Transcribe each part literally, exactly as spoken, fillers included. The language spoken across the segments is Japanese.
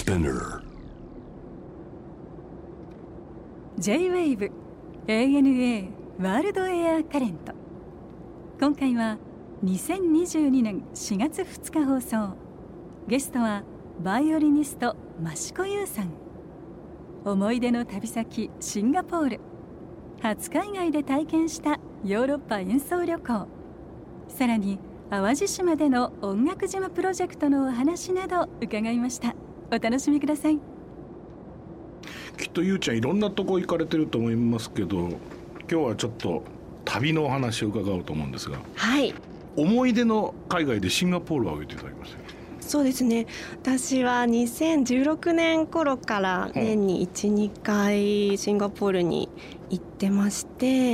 Spinner J-ウェーブ エーエヌエー ワールドエアカレント。今回はにせんにじゅうにねんしがつふつか放送。ゲストはバイオリニスト益子優さん。思い出の旅先シンガポール、初海外で体験したヨーロッパ演奏旅行、さらに淡路島での音楽島プロジェクトのお話など伺いました。お楽しみください。 きっとゆうちゃんいろんなとこ行かれてると思いますけど、今日はちょっと旅のお話を伺おうと思うんですが、 はい、 思い出の海外でシンガポールを挙げていただきました。 そうですね、私はにせんじゅうろくねん頃から年にいち、にかいシンガポールに行ってまして。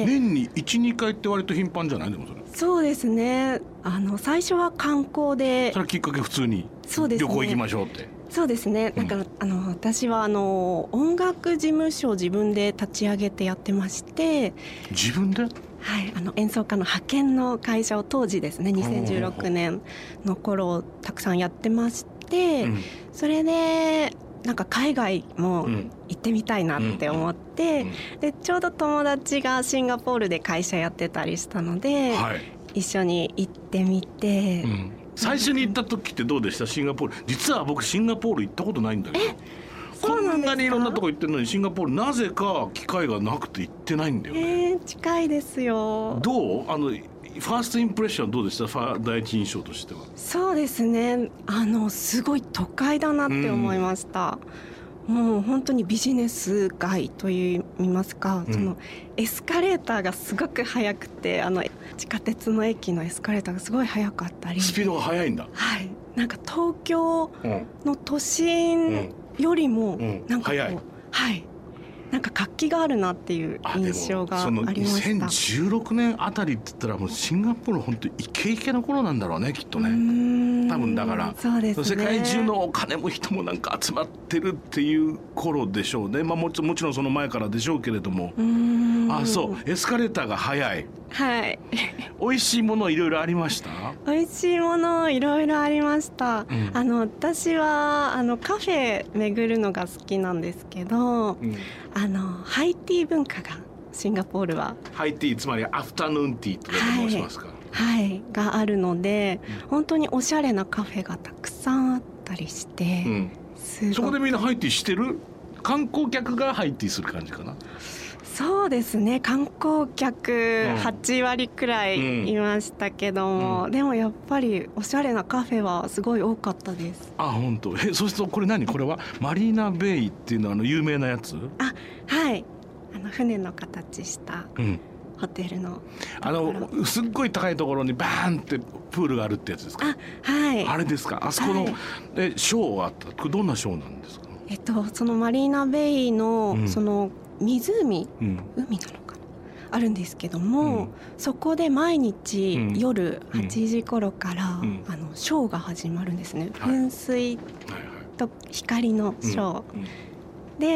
年にいち、にかいって割と頻繁じゃない？でもそれそうですね、あの最初は観光で。 それはきっかけ普通にそうですね、 旅行行きましょうって。 そうですね、だから、うん、あの私はあの音楽事務所を自分で立ち上げてやってまして。 自分で？ はい、あの演奏家の派遣の会社を当時ですね、にせんじゅうろくねんの頃たくさんやってまして、うん、それでなんか海外も行ってみたいなって思って、うんうん、でちょうど友達がシンガポールで会社やってたりしたので、はい、一緒に行ってみて、うん、 最初に行った時ってどうでした？シンガポール。実は僕シンガポール行ったことないんだけど、こんなにいろんなとこ行ってるのにシンガポールなぜか機会がなくて行ってないんだよね。 えー、近いですよ。 どう？あのファーストインプレッションどうでした？ファ第一印象としては。 そうですね、あのすごい都会だなって思いました、うん、もう本当にビジネス街といいますか、うん、そのエスカレーターがすごく速くて、あの地下鉄の駅のエスカレーターがすごい速かったり。 スピードが速いんだ。 はい、なんか東京の都心よりもなんかこう、うんうん、はい、なんか活気があるなっていう印象がありました。 にせんじゅうろくねんあたりって言ったらもうシンガポール本当にイケイケの頃なんだろうね、きっとね。多分だから、 そうですね、 世界中のお金も人もなんか集まってるっていう頃でしょうね。まあ、もちもちろんその前からでしょうけれども。うーん、あ、そうエスカレーターが速い。 はい。 美味しいものいろいろありました？ 美味しいものいろいろありました、うん、あの私はあのカフェ巡るのが好きなんですけど、うん、あのハイティー文化がシンガポールはハイティー、つまりアフタヌーンティーと申しますか？ はい、はい、があるので、うん、本当におしゃれなカフェがたくさんあったりして、うん、すごく。 そこでみんなハイティーしてる？観光客がハイティーする感じかな？ そうですね、観光客はちわりくらいいましたけども、うんうん、でもやっぱりおしゃれなカフェはすごい多かったです。 あ、本当。え、そうするとこれ何？これはマリーナベイっていうのはあの有名なやつ？ あ、はい、あの船の形したホテルの、 うん、あのすっごい高いところにバーンってプールがあるってやつですか？ あ、はい、 あれですか？あそこの、はい、えショーがあった。これどんなショーなんですか？ えっとそのマリーナベイの、うん、その湖、うん、海なのかな、あるんですけども、うん、そこで毎日、うん、夜はちじ頃から、うん、あのショーが始まるんですね、はい、噴水と光のショー、はいはい、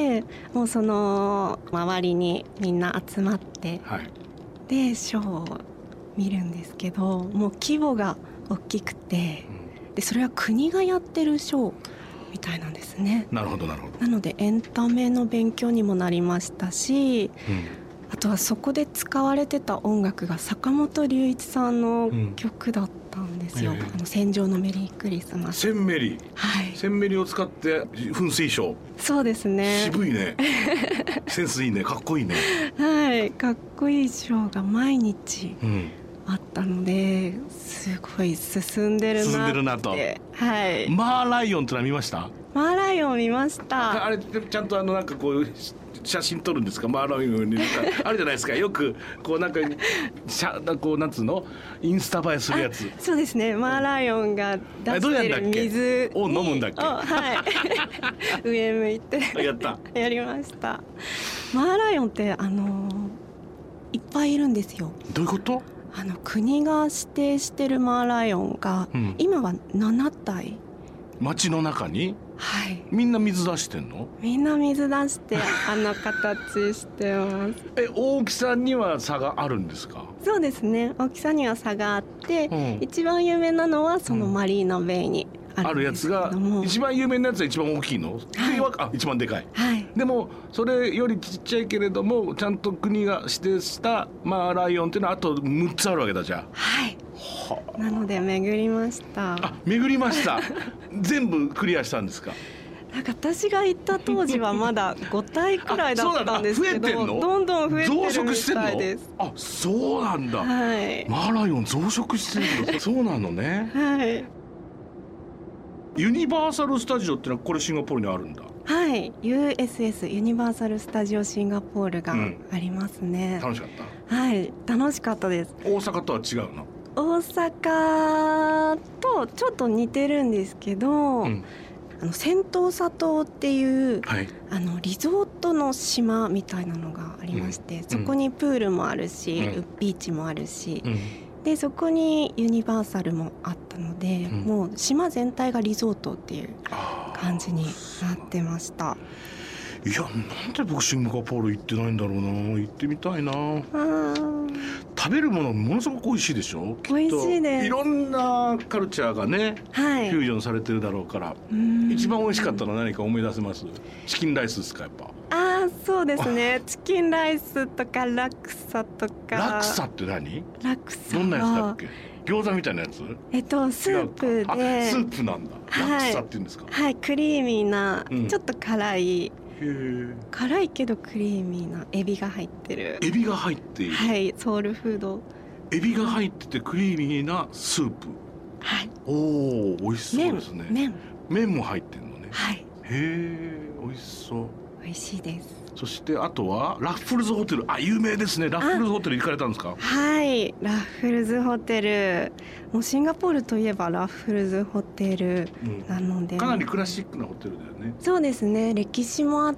でもうその周りにみんな集まって、はい、でショーを見るんですけど、もう規模が大きくて、うん、でそれは国がやってるショーみたいなんですね。 なるほどなるほど。 なのでエンタメの勉強にもなりましたし、うん、あとはそこで使われてた音楽が坂本龍一さんの曲だったんですよ、うん、えー、あの戦場のメリークリスマス。 センメリ、 はい、 センメリを使って噴水ショー。 そうですね、 渋いねセンスいいね、かっこいいね。 はい、かっこいいショーが毎日、うん、あったのですごい進んでるなって。進んでるなと、はい、 マーライオンってのは見ました？ マーライオン見ました。 あれちゃんとあのなんかこう写真撮るんですか？マーライオンにあるじゃないですか、よくこうなんかしゃこうなんつうのインスタ映えするやつ。 そうですね、マーライオンが出してる水を飲むんだっけ？ はい上向いてやったやりました。マーライオンってあのいっぱいいるんですよ。 どういうこと？ あの国が指定してるマーライオンが、うん、今はななたい。 街の中に？ はい。 みんな水出してんの？ みんな水出してあの形してますえ、大きさには差があるんですか？ そうですね、大きさには差があって、うん、一番有名なのはそのマリーナベイにあるんですけども、 あるやつが一番有名なやつは一番大きいの、はい、あ一番でかい、 はい、 でもそれよりちっちゃいけれどもちゃんと国が指定したマーライオンっていうのはあとむっつあるわけだじゃあ。 はいはあ、なので巡りました。 あ巡りました全部クリアしたんですか？ なんか私が行った当時はまだごたいくらいだったんですけど、どんどん増えてるみたいです。 あ、そうなんだ、 はい、 マーライオン増殖してるのそうなのね。 はい。 ユニバーサルスタジオってのはこれシンガポールにあるんだ。 はい、ユーエスエス ユニバーサルスタジオシンガポールがありますね、 うん、楽しかった？ はい、楽しかったです。 大阪とは違うの？ 大阪とちょっと似てるんですけど、うん、あのセントーサ島っていう、はい、あのリゾートの島みたいなのがありまして、うん、そこにプールもあるし、うん、ビーチもあるし、うん、でそこにユニバーサルもあったので、うん、もう島全体がリゾートっていう感じになってました。 いやなんで僕シンガポール行ってないんだろうな。行ってみたいな。食べるものものすごく美味しいでしょ。 美味しいです。 いろんなカルチャーがね、はい、フュージョンされてるだろうから。一番美味しかったのは何か思い出せます？チキンライスですかやっぱ。 ああそうですね。チキンライスとかラクサとか。 ラクサって何？ ラクサはどんなやつだっけ？餃子みたいなやつ？ えっとスープで。 スープなんだ。ラクサって言うんですか？ はい、はい、クリーミーな、うん、ちょっと辛い。 へ辛いけどクリーミーなエビが入ってる。 エビが入っている。 はい、ソウルフード。 エビが入っててクリーミーなスープ。 はい。 おお、美味しそうですね。 麺。 麺も入ってるのね。 はい。 へえ、美味しそう。 美味しいです。 そしてあとはラッフルズホテル。あ、有名ですね。ラッフルズホテル行かれたんですか？ はい、ラッフルズホテル。もうシンガポールといえばラッフルズホテルなので、うん、 かなりクラシックなホテルだよね。 そうですね。歴史もあって、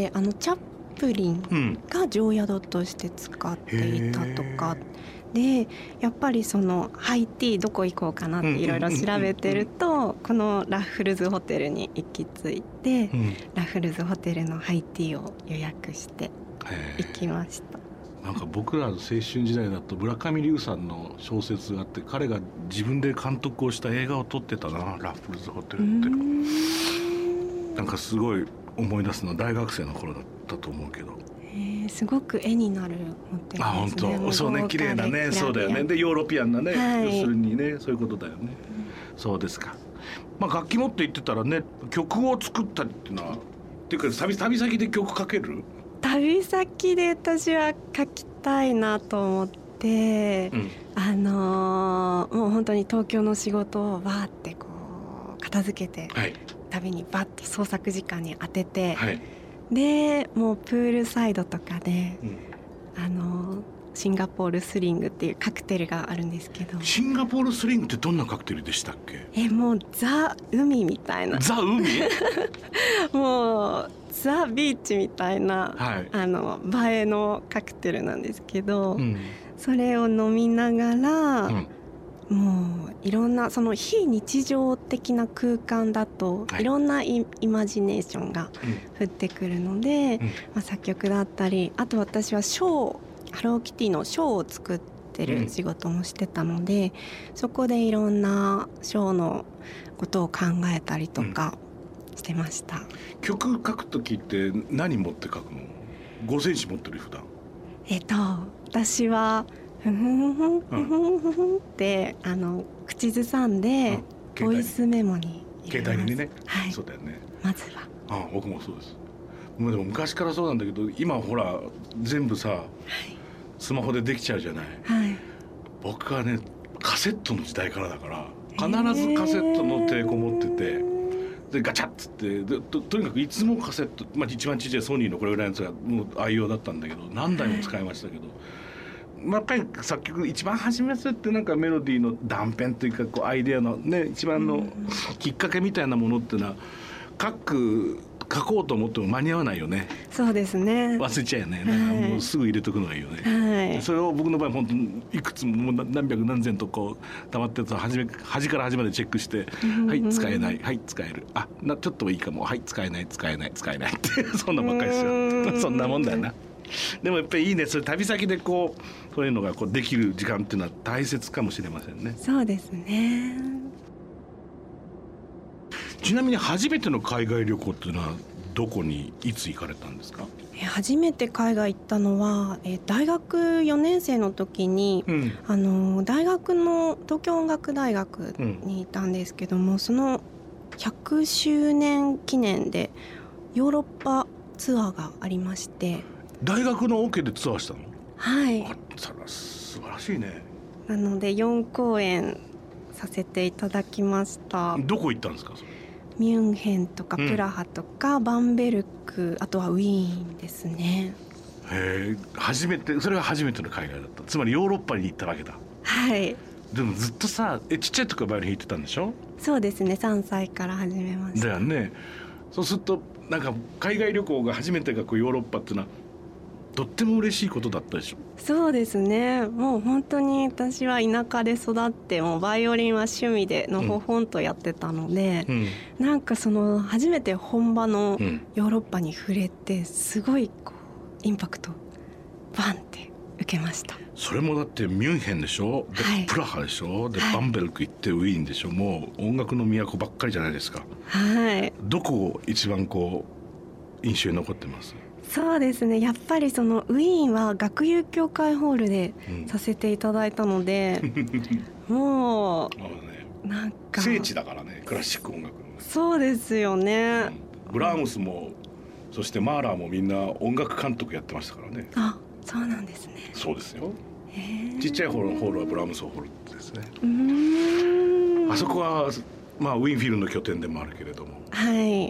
あのチャップリンが常宿として使っていたとか、うん、でやっぱりそのハイティーどこ行こうかなっていろいろ調べてると、このラッフルズホテルに行き着いて、うん、ラッフルズホテルのハイティーを予約して行きました。 なんか僕らの青春時代だと村上龍さんの小説があって、彼が自分で監督をした映画を撮ってたな、ラッフルズホテルって。なんかすごい思い出すのは大学生の頃だったと思うけど、 えー、すごく絵になるホテルですね。 あ、本当。そうね、綺麗なね。そうだよね。でヨーロピアンなね、はい、要するにね、そういうことだよね、うん、そうですか。まあ楽器持って行ってたらね、曲を作ったりっていうのはっていうか、旅, 旅先で曲かける？ 旅先で私は書きたいなと思って、うん、あのー、もう本当に東京の仕事をバーってこう片付けて、はい、旅にバッと創作時間に当てて、はい、でもうプールサイドとかで、うん、あのー、シンガポールスリングっていうカクテルがあるんですけど。 シンガポールスリングってどんなカクテルでしたっけ？ えもうザ海みたいな。 ザ海もうザ・ビーチみたいな、はい、あの映えのカクテルなんですけど、うん、それを飲みながら、うん、もういろんなその非日常的な空間だと、はい、いろんな イ, イマジネーションが降ってくるので、うんまあ、作曲だったり、あと私はショーハローキティのショーを作ってる仕事もしてたので、うん、そこでいろんなショーのことを考えたりとか、うんしてました。 曲書くときって何持って書くの？五線紙持ってる？普段。 えっと私はふんふんふんふんふんふんって、うん、あの口ずさんでボイスメモに入れます。 携帯にね。 はい。 そうだよね。 まずは。 ああ、僕もそうです。もうでも昔からそうなんだけど、今ほら全部さ、はい、スマホでできちゃうじゃない。 はい。 僕はねカセットの時代からだから、必ずカセットのテープ持ってて。でガチャッつってで と, とにかくいつもカセット、まあ、一番ちっちゃいソニーのこれぐらいのやつがもう愛用だったんだけど、何台も使いましたけど、やっぱり作曲一番初めってなんかメロディーの断片というかこうアイデアのね一番のきっかけみたいなものっていうのは書く書こうと思っても間に合わないよね。 そうですね。 忘れちゃうよね。だからもうすぐ入れとくのがいいよね。はい、それを僕の場合本当にいくつも何百何千とこう溜まってると端め端から端までチェックしてはい使えないはい使えるあなちょっといいかもはい使えない使えない使えないってそんなばっかりですよ。そんなもんだよな。でもやっぱりいいね。それ旅先でこうそういうのがこうできる時間っていうのは大切かもしれませんね。 そうですね。 ちなみに初めての海外旅行っていうのはどこにいつ行かれたんですか？ 初めて海外行ったのは、え大学よねん生の時に、うん、あの大学の東京音楽大学にいたんですけども、うん、そのひゃくしゅうねん記念でヨーロッパツアーがありまして。 大学のオケでツアーしたの？ はい。 あ、素晴らしいね。 なのでよんこうえんさせていただきました。 どこ行ったんですか？それミュンヘンとかプラハとか、うん、バンベルク、あとはウィーンですね。 へえ、初めて、それが初めての海外だった。つまりヨーロッパに行ったわけだ。 はい。 でもずっとさ、えちっちゃい時からバイオリン弾いてたんでしょ？ そうですね、さんさいから始めました。 だよね。そうするとなんか海外旅行が初めてがこうヨーロッパっていうのはとっても嬉しいことだったでしょ？ そうですね。もう本当に私は田舎で育って、もうバイオリンは趣味でのほほんとやってたので、うんうん、なんかその初めて本場のヨーロッパに触れて、すごいこうインパクトバンって受けました。 それもだってミュンヘンでしょ、で、はい、プラハでしょ、で、はい、バンベルク行ってウィーンでしょ、もう音楽の都ばっかりじゃないですか。 はい。 どこを一番こう印象に残ってます？ そうですね、やっぱりそのウィーンは学友協会ホールでさせていただいたので、うん、もうなんか聖地だからね、クラシック音楽の。 そうですよね、 うん、ブラームスもそしてマーラーもみんな音楽監督やってましたからね。 あ、そうなんですね。 そうですよ。ちっちゃいホール、ホールはブラームスホールですね。 うーん、 あそこはまあウィーンフィルの拠点でもあるけれども、 はい、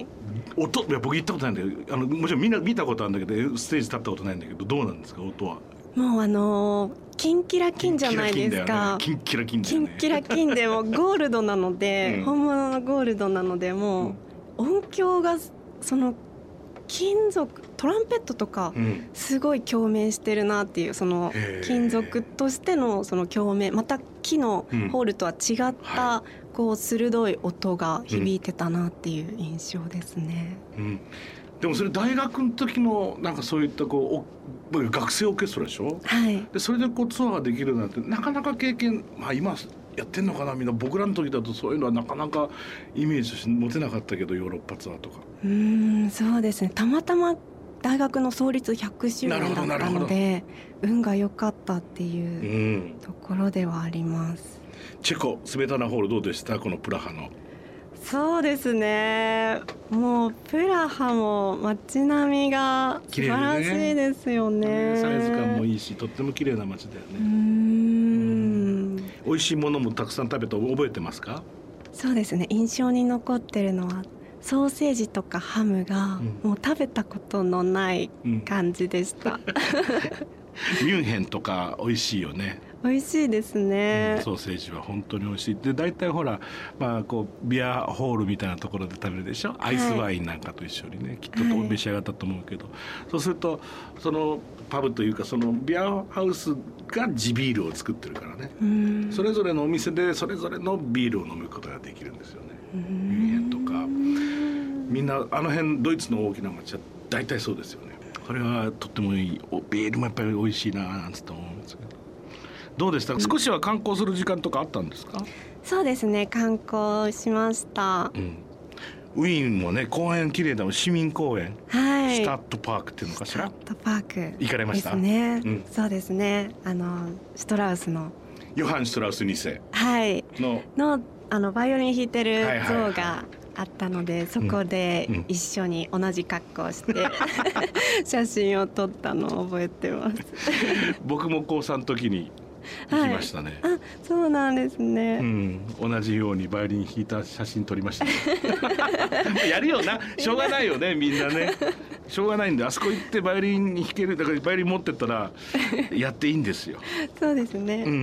音、いや僕行ったことないんだけど、あのもちろんみんな見たことあるんだけどステージ立ったことないんだけど、どうなんですか音は？ もうあのー、キンキラキンじゃないですか。 キンキラキンだよね。 キンキラキンでもゴールドなので、うん、本物のゴールドなので、もう音響がその金属、トランペットとかすごい共鳴してるなっていう、その金属としてのその共鳴、また木のホールとは違ったこう鋭い音が響いてたなっていう印象ですね。 うんうん、でもそれ大学の時のなんかそういったこう学生オーケストラでしょ？ はい。 でそれでこうツアーができるなんてなかなか経験、まあ今やってんのかな、みんな。僕らの時だとそういうのはなかなかイメージとして持てなかったけど、ヨーロッパツアーとか。 うーん、そうですね。たまたま大学の創立ひゃくしゅうねんだったので、運が良かったっていうところではあります。 うん、チェコスベタナホールどうでした？このプラハの。 そうですね、もうプラハも街並みが素晴らしいですよ ね, ね。 サイズ感もいいし、とっても綺麗な街だよね。 うーん、 美味しいものもたくさん食べた覚えてますか？ そうですね、印象に残ってるのはソーセージとかハムがもう食べたことのない感じでした、うん、 ミュンヘンとか美味しいよね。 美味しいですね、 うん、ソーセージは本当に美味しい。で大体ほら、まあ、こうビアホールみたいなところで食べるでしょ、はい、アイスワインなんかと一緒にね、きっと召し上がったと思うけど、はい、そうするとそのパブというかそのビアハウスが地ビールを作ってるからね、うん、それぞれのお店でそれぞれのビールを飲むことができるんですよね。ミュンヘンとかみんなあの辺ドイツの大きな町は大体そうですよね。これはとってもいい。ビールもやっぱり美味しいななんて思うんですけど、どうでした？少しは観光する時間とかあったんですか？ そうですね、観光しました、うん、 ウィーンもね、公園綺麗だもん。市民公園、 はい、 スタッドパークっていうのかしら。 スタッドパーク行かれました？ ですね、うん、そうですね、あのシュトラウスのヨハン・シュトラウスにせい、 はい、 ののあのバイオリン弾いてる像があったので、はいはいはい、そこで一緒に同じ格好して、うん、写真を撮ったのを覚えてます僕も高さんの時に行きましたね、 はい、あ、そうなんですね、 うん、同じようにバイオリン弾いた写真撮りました、ね、やるよな、しょうがないよねみんなね、しょうがないんで、あそこ行ってバイオリン弾ける、だからバイオリン持ってったらやっていいんですよそうですね、うん、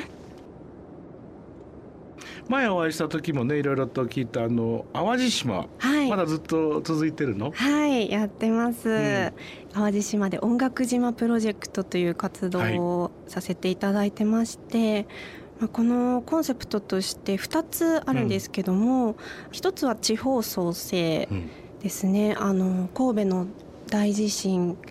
前お会いした時もね、いろいろと聞いたあの淡路島、はい、まだずっと続いてるの？ はい、やってます、うん、淡路島で音楽島プロジェクトという活動をさせていただいてまして、はい、まあ、このコンセプトとしてふたつあるんですけども、うん、ひとつは地方創生ですね、うん、あの神戸の大地震、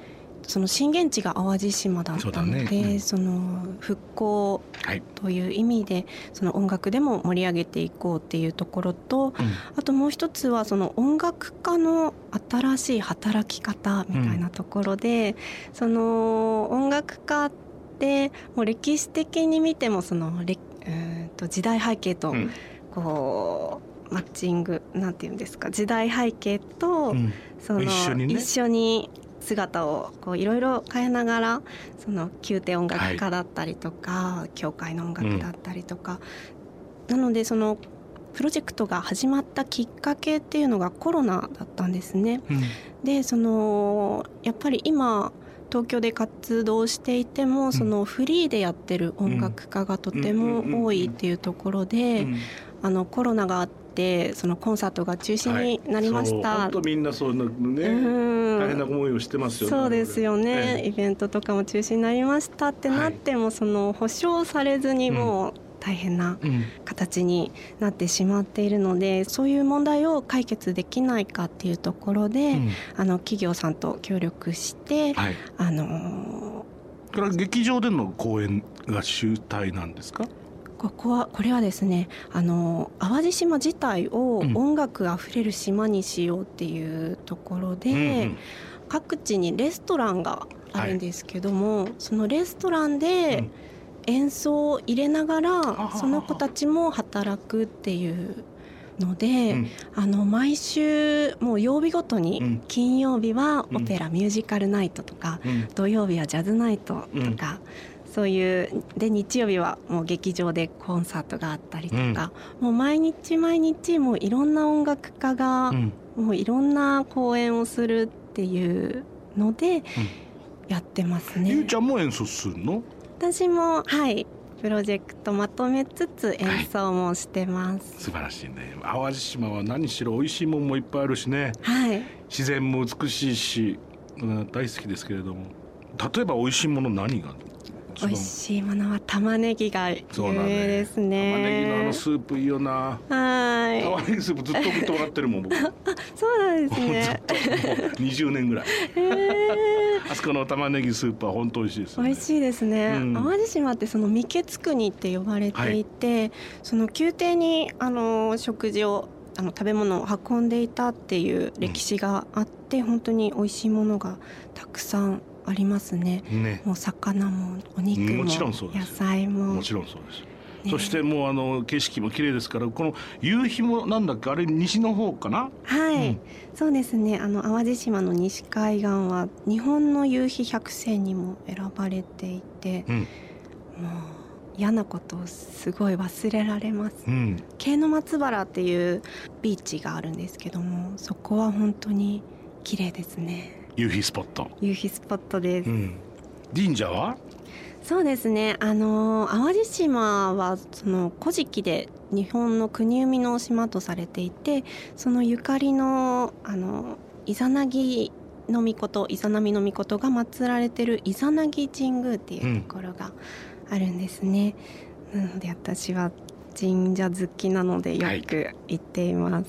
その震源地が淡路島だったので そ,、ねうん、その復興という意味で、はい、その音楽でも盛り上げていこうっていうところと、うん、あともう一つはその音楽家の新しい働き方みたいなところで、うん、その音楽家ってもう歴史的に見てもそのうんと時代背景とこう、うん、マッチングなんていうんですか、時代背景と、うん、その一緒にね、一緒に姿をこういろいろ変えながら、その宮廷音楽家だったりとか、はい、教会の音楽だったりとか、うん、なのでそのプロジェクトが始まったきっかけっていうのがコロナだったんですね、うん、でそのやっぱり今東京で活動していても、そのフリーでやってる音楽家がとても多いっていうところで、あのコロナがあってそのコンサートが中止になりました、はい、 本当みんなそういうのね、うん、大変な思いをしてますよね。 そうですよね、ええ、イベントとかも中止になりましたってなっても、はい、その保証されずにもう大変な形になってしまっているので、うん、そういう問題を解決できないかっていうところで、うん、あの企業さんと協力して、はい、あのこれは劇場での公演が主体なんですか？ ここはこれはですね、あの淡路島自体を音楽あふれる島にしようっていうところで、うんうんうん、各地にレストランがあるんですけども、はい、そのレストランで演奏を入れながら、うん、その子たちも働くっていうので、うん、あの毎週もう曜日ごとに、うん、金曜日はオペラ、うん、ミュージカルナイトとか、うん、土曜日はジャズナイトとか、うん、そういうで日曜日はもう劇場でコンサートがあったりとか、うん、もう毎日毎日もういろんな音楽家が、うん、もういろんな公演をするっていうのでやってますね、うん、 ゆうちゃんも演奏するの？ 私もはいプロジェクトまとめつつ演奏もしてます、 はい、素晴らしいね。淡路島は何しろ美味しいもんもいっぱいあるしね、 はい、 自然も美しいし、うん、大好きですけれども、例えば美味しいもの何が？ 美味しいものは玉ねぎが有名ですね。 玉ねぎのあのスープいいよな。はい。玉ねぎスープずっと送ってもらってるもん僕。 そうなんですね。 ずっともうにじゅうねんぐらい。あそこの玉ねぎスープは本当美味しいですよね。 美味しいですね、うん、淡路島ってその未決国って呼ばれていて、はい、その宮廷にあの食事をあの食べ物を運んでいたっていう歴史があって、うん、本当に美味しいものがたくさんありますね。ね、もう魚もお肉も野菜ももちろんそうです、ね、そしてもうあの景色も綺麗ですから、この夕日もなんだっけ、あれ西の方かな？ はい、うん、そうですね、あの淡路島の西海岸は日本の夕日百選にも選ばれていて、うん、もう嫌なことをすごい忘れられます、うん、京の松原っていうビーチがあるんですけども、そこは本当に綺麗ですね。 夕日スポット夕日スポットです、うん、 神社は？ そうですね、あの淡路島はその古事記で日本の国生みの島とされていて、そのゆかりのあのイザナギの御事、イザナミの御事が祀られているイザナギ神宮っていうところがあるんですね、うん、なので私は神社好きなのでよく行っています、はい。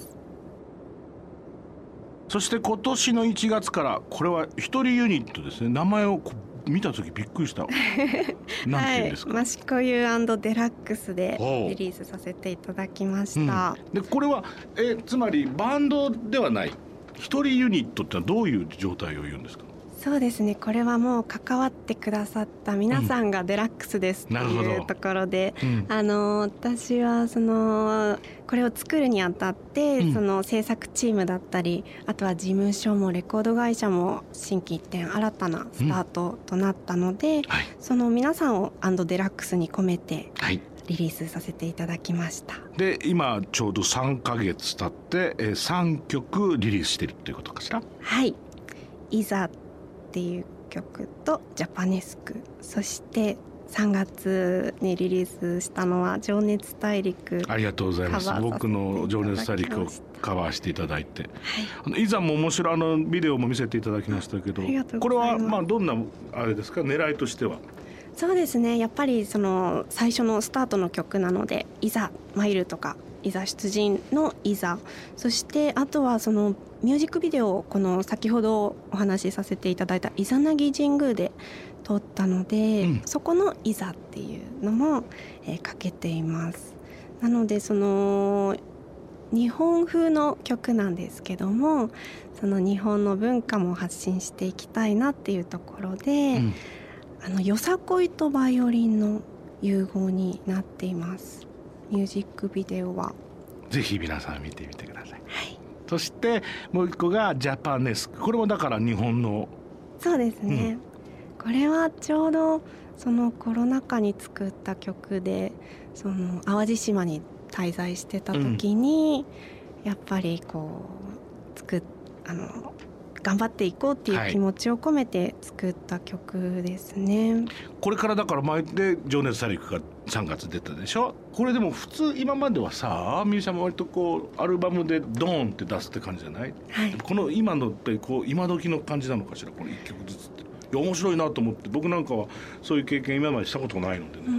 そして今年のいちがつからこれは一人ユニットですね。名前を見た時びっくりしたなんていうんですか、 はい、益子湯&デラックスでリリースさせていただきました、 うん、でこれはえつまりバンドではない一人ユニットってのはどういう状態を言うんですか？ そうですね、これはもう関わってくださった皆さんがデラックスですっていうところで、うん、あの私はそのこれを作るにあたって、うん、その制作チームだったり、あとは事務所もレコード会社も心機一転新たなスタートとなったので、うんはい、その皆さんをアンドデラックスに込めて、はい、リリースさせていただきました。 で今ちょうどさんかげつ経ってさんきょくリリースしてるっていうことかしら？ はい、いざっていう曲とジャパネスク、そしてさんがつにリリースしたのは情熱大陸。 ありがとうございます。僕の情熱大陸をカバーしていただいて、はい、あのいざも面白いあのビデオも見せていただきましたけど、これはまあどんなあれですか、狙いとしては？ そうですね、やっぱりその最初のスタートの曲なので、いざ参るとかいざ出陣のいざ、そしてあとはそのミュージックビデオをこの先ほどお話しさせていただいたイザナギ神宮で撮ったので、うん、そこのいざっていうのも、えー、かけています。なのでその日本風の曲なんですけども、その日本の文化も発信していきたいなっていうところで、うん、あのよさこいとバイオリンの融合になっています。ミュージックビデオはぜひ皆さん見てみてください。 はい、 そしてもう一個がジャパネスク。これもだから日本の。 そうですね、うん、これはちょうどそのコロナ禍に作った曲で、その淡路島に滞在してた時に、うん、やっぱりこう作っあの頑張っていこうっていう気持ちを込めて作った曲ですね、はい、 これからだから前で情熱大陸がさんがつ出たでしょ。これでも普通今まではさ、ミュージシャンも割とこうアルバムでドーンって出すって感じじゃない、はい、この今のってこう今時の感じなのかしら、このいっきょくずつって。いや面白いなと思って、僕なんかはそういう経験今までしたことないのでね。うん、うん、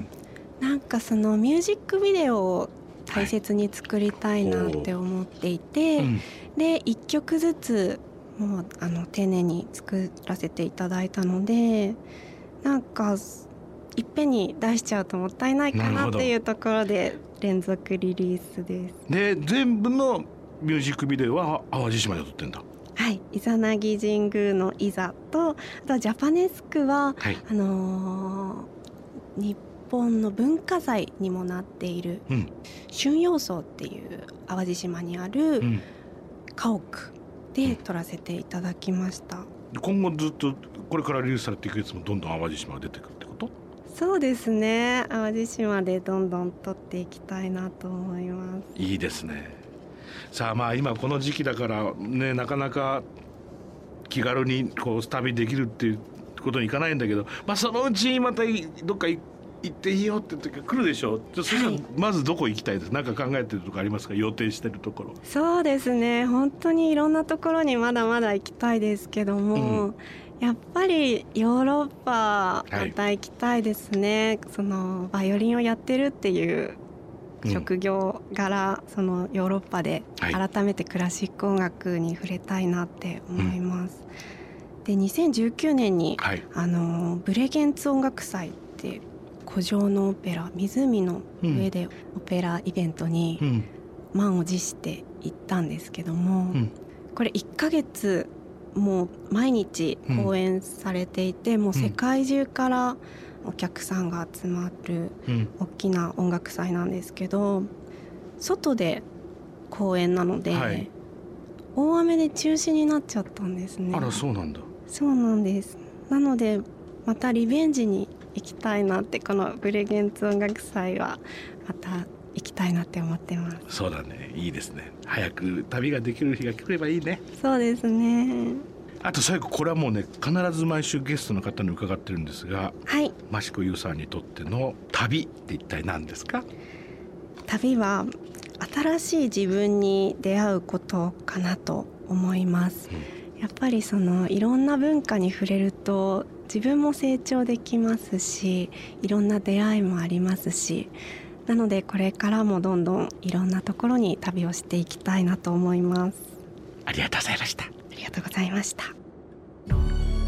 なんかそのミュージックビデオを大切に作りたいなって思っていて、はい、うん、でいっきょくずつもうあの丁寧に作らせていただいたので、なんかいっぺんに出しちゃうともったいないかなっていうところで連続リリースです。 で全部のミュージックビデオは淡路島で撮ってんだ。 はい、イザナギ神宮のいざと、あとはジャパネスクは、はい、あのー、日本の文化財にもなっている、うん、春陽荘っていう淡路島にある家屋で撮らせていただきました、 うん、今後ずっとこれからリリースされていくやつもどんどん淡路島が出てくるってこと？ そうですね、淡路島でどんどん撮っていきたいなと思います。 いいですね。さあまあ今この時期だからね、なかなか気軽にこう旅できるっていうことにいかないんだけど、まあそのうちまたどっか行っていいよって時が来るでしょう。そしたらまずどこ行きたいです？何か考えてるとこありますか？予定してるところ。 そうですね、本当にいろんなところにまだまだ行きたいですけども、うん、やっぱりヨーロッパまた行きたいですね、はい、そのバイオリンをやってるっていう職業柄、うん、そのヨーロッパで改めてクラシック音楽に触れたいなって思います、うん、でにせんじゅうきゅうねんに、はい、あのブレゲンツ音楽祭って古城のオペラ湖の上でオペライベントに満を持して行ったんですけども、うん、これいっかげつもう毎日公演されていて、うん、もう世界中からお客さんが集まる大きな音楽祭なんですけど、外で公演なので、はい、大雨で中止になっちゃったんですね。 あら、そうなんだ。 そうなんです。なのでまたリベンジに行きたいなって、このブレゲンツ音楽祭はまた行きたいなって思ってます。 そうだね、いいですね。早く旅ができる日が来ればいいね。 そうですね。 あと最後、これはもうね必ず毎週ゲストの方に伺ってるんですが、 はい、 益子優さんにとっての旅って一体何ですか？ 旅は新しい自分に出会うことかなと思います、うん、やっぱりそのいろんな文化に触れると自分も成長できますし、いろんな出会いもありますし、なのでこれからもどんどんいろんなところに旅をしていきたいなと思います。 ありがとうございました。 ありがとうございました。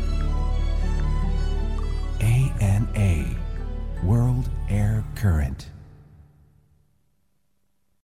エーエヌエー World Air Current